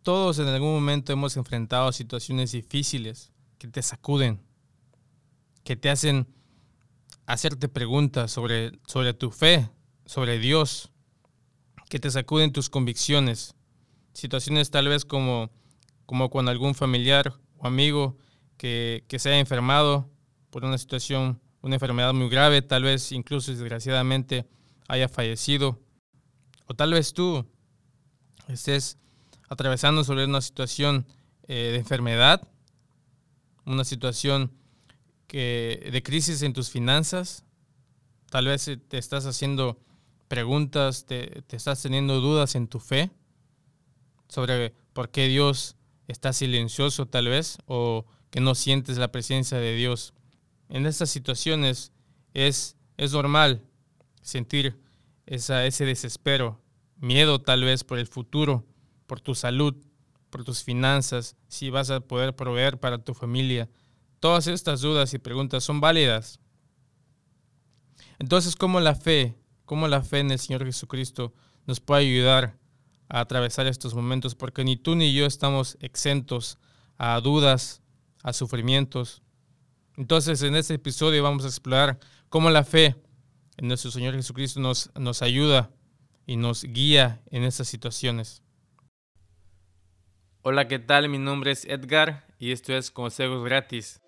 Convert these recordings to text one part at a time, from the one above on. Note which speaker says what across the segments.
Speaker 1: todos en algún momento hemos enfrentado situaciones difíciles que te sacuden, que te hacen hacerte preguntas sobre tu fe, sobre Dios, que te sacuden tus convicciones. Situaciones tal vez como cuando algún familiar o amigo que se haya enfermado por una situación, una enfermedad muy grave, tal vez incluso desgraciadamente haya fallecido. O tal vez tú estés atravesando sobre una situación de enfermedad, una situación de crisis en tus finanzas. Tal vez te estás haciendo preguntas, te estás teniendo dudas en tu fe sobre por qué Dios está silencioso tal vez, o que no sientes la presencia de Dios. En estas situaciones es normal sentir ese desespero, miedo tal vez por el futuro, por tu salud, por tus finanzas, si vas a poder proveer para tu familia. Todas estas dudas y preguntas son válidas. Entonces, ¿cómo la fe en el Señor Jesucristo nos puede ayudar a atravesar estos momentos? Porque ni tú ni yo estamos exentos a dudas, a sufrimientos. Entonces, en este episodio vamos a explorar cómo la fe en nuestro Señor Jesucristo nos ayuda y nos guía en estas situaciones. Hola, ¿qué tal? Mi nombre es Edgar y esto es Consejos Gratis.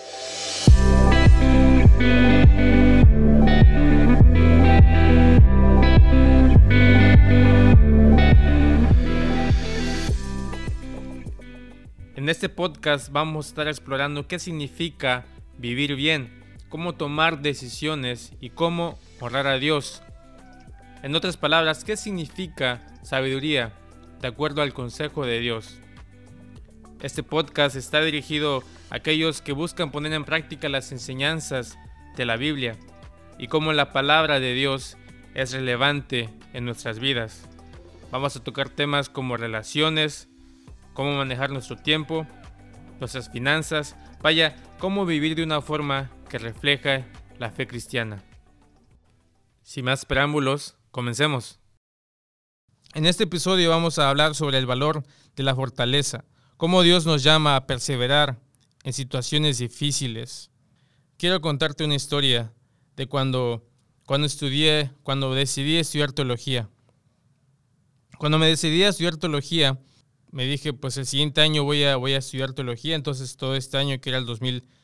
Speaker 1: En este podcast vamos a estar explorando qué significa vivir bien, cómo tomar decisiones y cómo honrar a Dios. En otras palabras, ¿qué significa sabiduría de acuerdo al consejo de Dios? Este podcast está dirigido a aquellos que buscan poner en práctica las enseñanzas de la Biblia y cómo la palabra de Dios es relevante en nuestras vidas. Vamos a tocar temas como relaciones, cómo manejar nuestro tiempo, nuestras finanzas, cómo vivir de una forma que refleja la fe cristiana. Sin más preámbulos, comencemos. En este episodio vamos a hablar sobre el valor de la fortaleza, cómo Dios nos llama a perseverar en situaciones difíciles. Quiero contarte una historia de cuando decidí estudiar teología. Cuando me decidí a estudiar teología, me dije, pues el siguiente año voy a estudiar teología. Entonces todo este año, que era el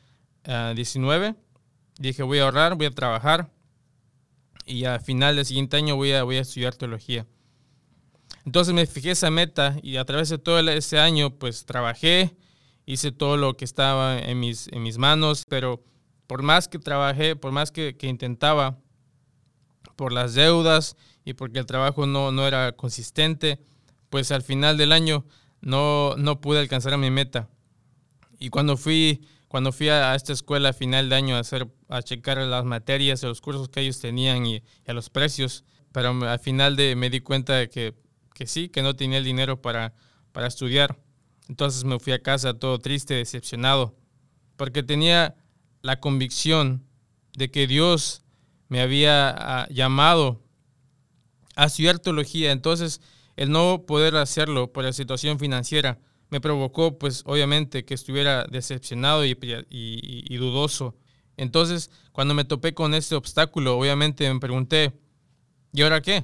Speaker 1: 2019, dije, voy a ahorrar, voy a trabajar y al final del siguiente año voy a estudiar teología. Entonces me fijé esa meta y a través de todo ese año pues trabajé, hice todo lo que estaba en mis manos, pero por más que trabajé, por más que intentaba, por las deudas y porque el trabajo no era consistente, pues al final del año no pude alcanzar mi meta. Y cuando fui a esta escuela a final de año a checar las materias, los cursos que ellos tenían y a los precios, pero al final me di cuenta de que no tenía el dinero para estudiar. Entonces me fui a casa todo triste, decepcionado, porque tenía la convicción de que Dios me había llamado a estudiar teología. Entonces, el no poder hacerlo por la situación financiera me provocó, pues, obviamente, que estuviera decepcionado y dudoso. Entonces, cuando me topé con este obstáculo, obviamente me pregunté, ¿y ahora qué?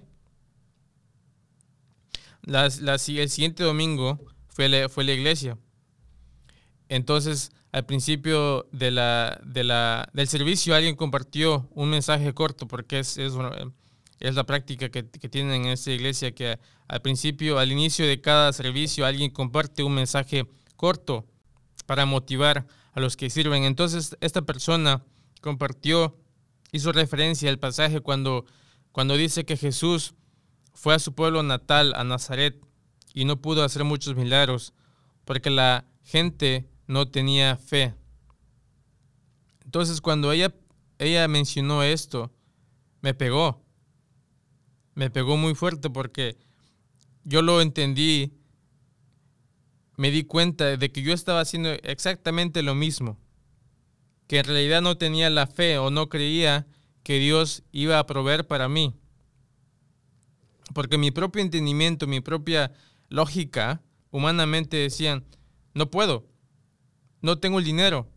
Speaker 1: El siguiente domingo fue la iglesia. Entonces, al principio del servicio, alguien compartió un mensaje corto, porque es la práctica que tienen en esta iglesia, que al inicio de cada servicio, alguien comparte un mensaje corto para motivar a los que sirven. Entonces, esta persona hizo referencia al pasaje cuando dice que Jesús fue a su pueblo natal, a Nazaret, y no pudo hacer muchos milagros porque la gente no tenía fe. Entonces, cuando ella mencionó esto, me pegó muy fuerte, porque yo lo entendí, me di cuenta de que yo estaba haciendo exactamente lo mismo, que en realidad no tenía la fe o no creía que Dios iba a proveer para mí, porque mi propio entendimiento, mi propia lógica humanamente decían, no puedo, no tengo el dinero.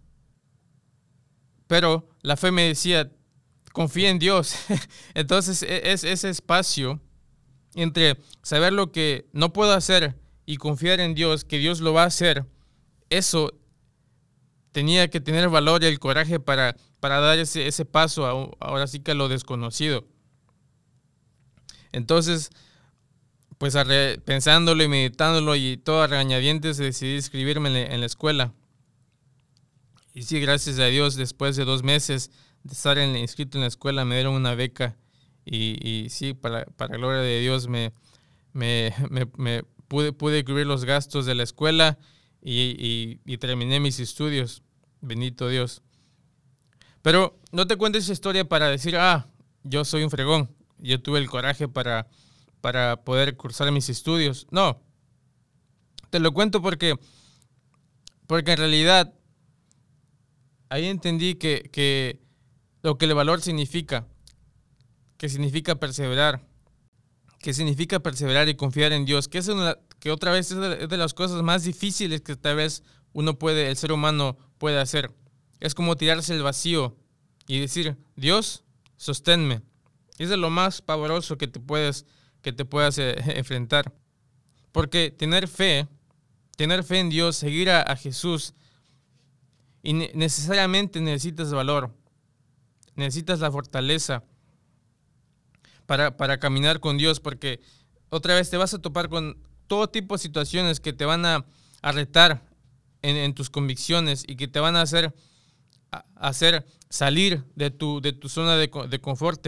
Speaker 1: Pero la fe me decía, confía en Dios. Entonces es ese espacio entre saber lo que no puedo hacer y confiar en Dios, que Dios lo va a hacer. Eso tenía que tener valor y el coraje para dar ese paso ahora sí que a lo desconocido. Entonces, pues pensándolo y meditándolo y todo a regañadientes, decidí inscribirme en la escuela. Y sí, gracias a Dios, después de 2 meses de estar inscrito en la escuela, me dieron una beca. Y sí, para gloria de Dios, me pude cubrir los gastos de la escuela y terminé mis estudios. Bendito Dios. Pero no te cuento esa historia para decir, yo soy un fregón. Yo tuve el coraje para poder cursar mis estudios. No, te lo cuento porque en realidad ahí entendí que lo que el valor significa, que significa perseverar y confiar en Dios, que que otra vez es de las cosas más difíciles que tal vez el ser humano puede hacer. Es como tirarse al vacío y decir, Dios, sosténme. Es de lo más pavoroso que te puedas enfrentar. Porque tener fe en Dios, seguir a Jesús, y necesariamente necesitas valor, necesitas la fortaleza para caminar con Dios, porque otra vez te vas a topar con todo tipo de situaciones que te van a retar en tus convicciones y que te van a hacer salir de tu zona de confort.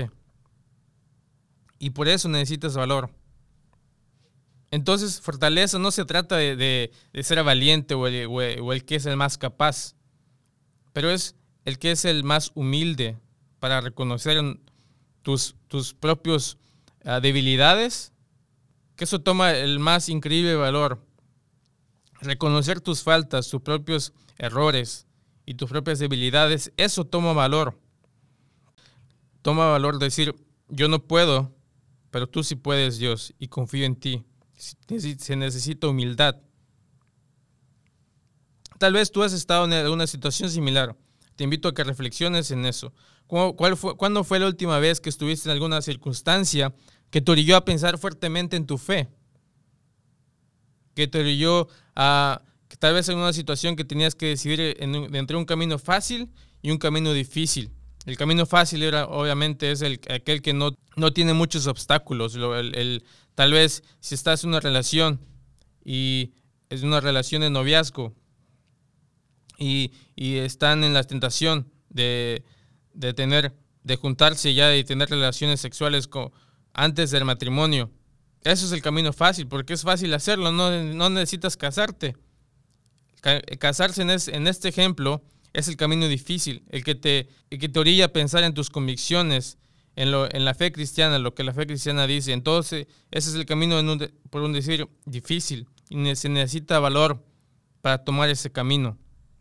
Speaker 1: Y por eso necesitas valor. Entonces, fortaleza no se trata de ser valiente o el que es el más capaz, pero es el que es el más humilde para reconocer tus propios debilidades, que eso toma el más increíble valor. Reconocer tus faltas, tus propios errores y tus propias debilidades, eso toma valor. Toma valor decir, yo no puedo, pero tú sí puedes, Dios, y confío en ti. Se necesita humildad. Tal vez tú has estado en una situación similar. Te invito a que reflexiones en eso. ¿Cuándo fue la última vez que estuviste en alguna circunstancia que te orilló a pensar fuertemente en tu fe? Que te orilló a que tal vez en una situación que tenías que decidir entre un camino fácil y un camino difícil. El camino fácil obviamente es aquel que no tiene muchos obstáculos. Tal vez si estás en una relación y es una relación de noviazgo y están en la tentación de juntarse ya y tener relaciones sexuales antes del matrimonio. Eso es el camino fácil, porque es fácil hacerlo, no necesitas casarte. Casarse en este ejemplo es el camino difícil, el que te orilla a pensar en tus convicciones, en la fe cristiana, lo que la fe cristiana dice. Entonces, ese es el camino, por un decir, difícil, y se necesita valor para tomar ese camino.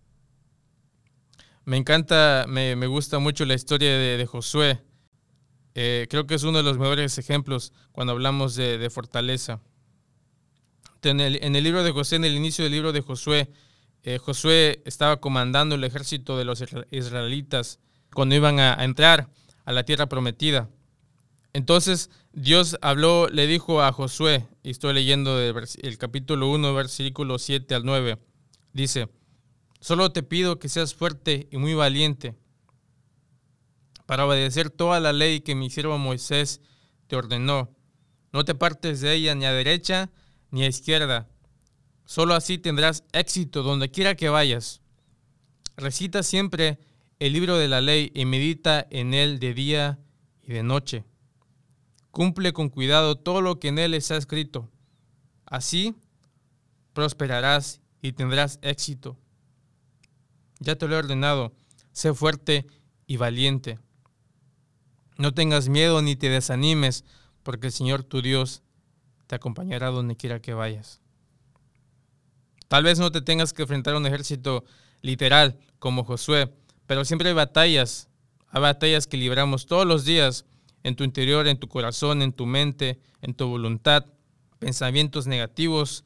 Speaker 1: Me encanta, me gusta mucho la historia de Josué. Creo que es uno de los mejores ejemplos cuando hablamos de fortaleza. En el libro de Josué, en el inicio del libro de Josué, Josué estaba comandando el ejército de los israelitas cuando iban a entrar a la tierra prometida. Entonces Dios le dijo a Josué, y estoy leyendo el capítulo 1, versículos 7 al 9, dice, solo te pido que seas fuerte y muy valiente para obedecer toda la ley que mi siervo Moisés te ordenó. No te apartes de ella ni a derecha ni a izquierda. Solo así tendrás éxito donde quiera que vayas. Recita siempre el libro de la ley y medita en él de día y de noche. Cumple con cuidado todo lo que en él está escrito. Así prosperarás y tendrás éxito. Ya te lo he ordenado. Sé fuerte y valiente. No tengas miedo ni te desanimes, porque el Señor tu Dios te acompañará donde quiera que vayas. Tal vez no te tengas que enfrentar a un ejército literal como Josué, pero siempre hay batallas que libramos todos los días en tu interior, en tu corazón, en tu mente, en tu voluntad, pensamientos negativos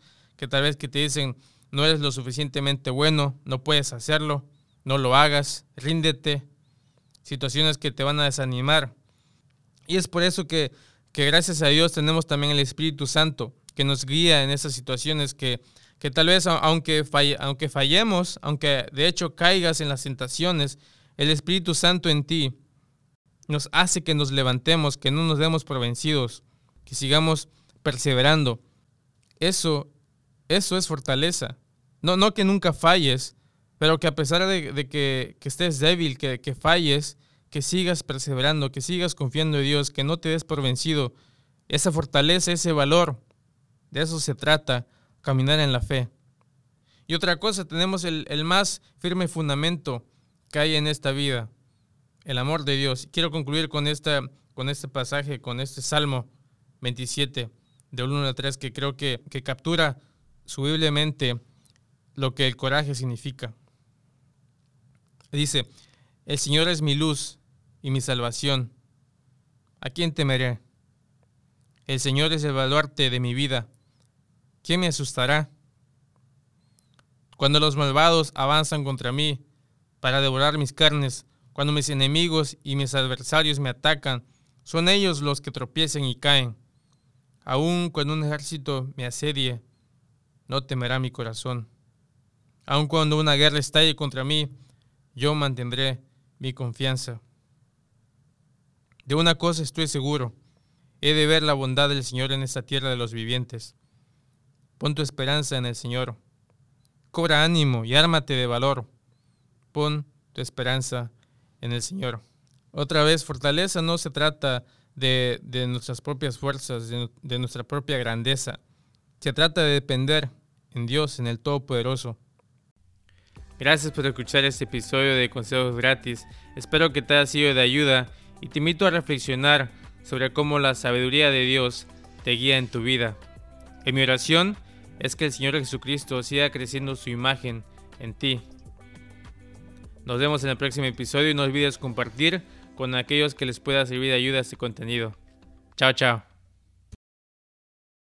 Speaker 1: que tal vez que te dicen, no eres lo suficientemente bueno, no puedes hacerlo, no lo hagas, ríndete. Situaciones que te van a desanimar. Y es por eso que gracias a Dios tenemos también el Espíritu Santo que nos guía en esas situaciones que tal vez aunque fallemos, aunque de hecho caigas en las tentaciones, el Espíritu Santo en ti nos hace que nos levantemos, que no nos demos por vencidos, que sigamos perseverando. Eso es fortaleza. No que nunca falles, pero que a pesar de que estés débil, que falles, que sigas perseverando, que sigas confiando en Dios, que no te des por vencido. Esa fortaleza, ese valor, de eso se trata, caminar en la fe. Y otra cosa, tenemos el más firme fundamento que hay en esta vida, el amor de Dios. Quiero concluir con este pasaje, con este Salmo 27, del 1 al 3, que creo que captura subiblemente lo que el coraje significa. Dice, el Señor es mi luz y mi salvación. ¿A quién temeré? El Señor es el baluarte de mi vida. ¿Quién me asustará? Cuando los malvados avanzan contra mí para devorar mis carnes, cuando mis enemigos y mis adversarios me atacan, son ellos los que tropiezan y caen. Aun cuando un ejército me asedie, no temerá mi corazón. Aun cuando una guerra estalle contra mí, yo mantendré mi confianza. De una cosa estoy seguro, he de ver la bondad del Señor en esta tierra de los vivientes. Pon tu esperanza en el Señor. Cobra ánimo y ármate de valor. Pon tu esperanza en el Señor. Otra vez, fortaleza no se trata de nuestras propias fuerzas, de nuestra propia grandeza. Se trata de depender en Dios, en el Todopoderoso. Gracias por escuchar este episodio de Consejos Gratis. Espero que te haya sido de ayuda y te invito a reflexionar sobre cómo la sabiduría de Dios te guía en tu vida. En mi oración es que el Señor Jesucristo siga creciendo su imagen en ti. Nos vemos en el próximo episodio y no olvides compartir con aquellos que les pueda servir de ayuda este contenido. Chao, chao.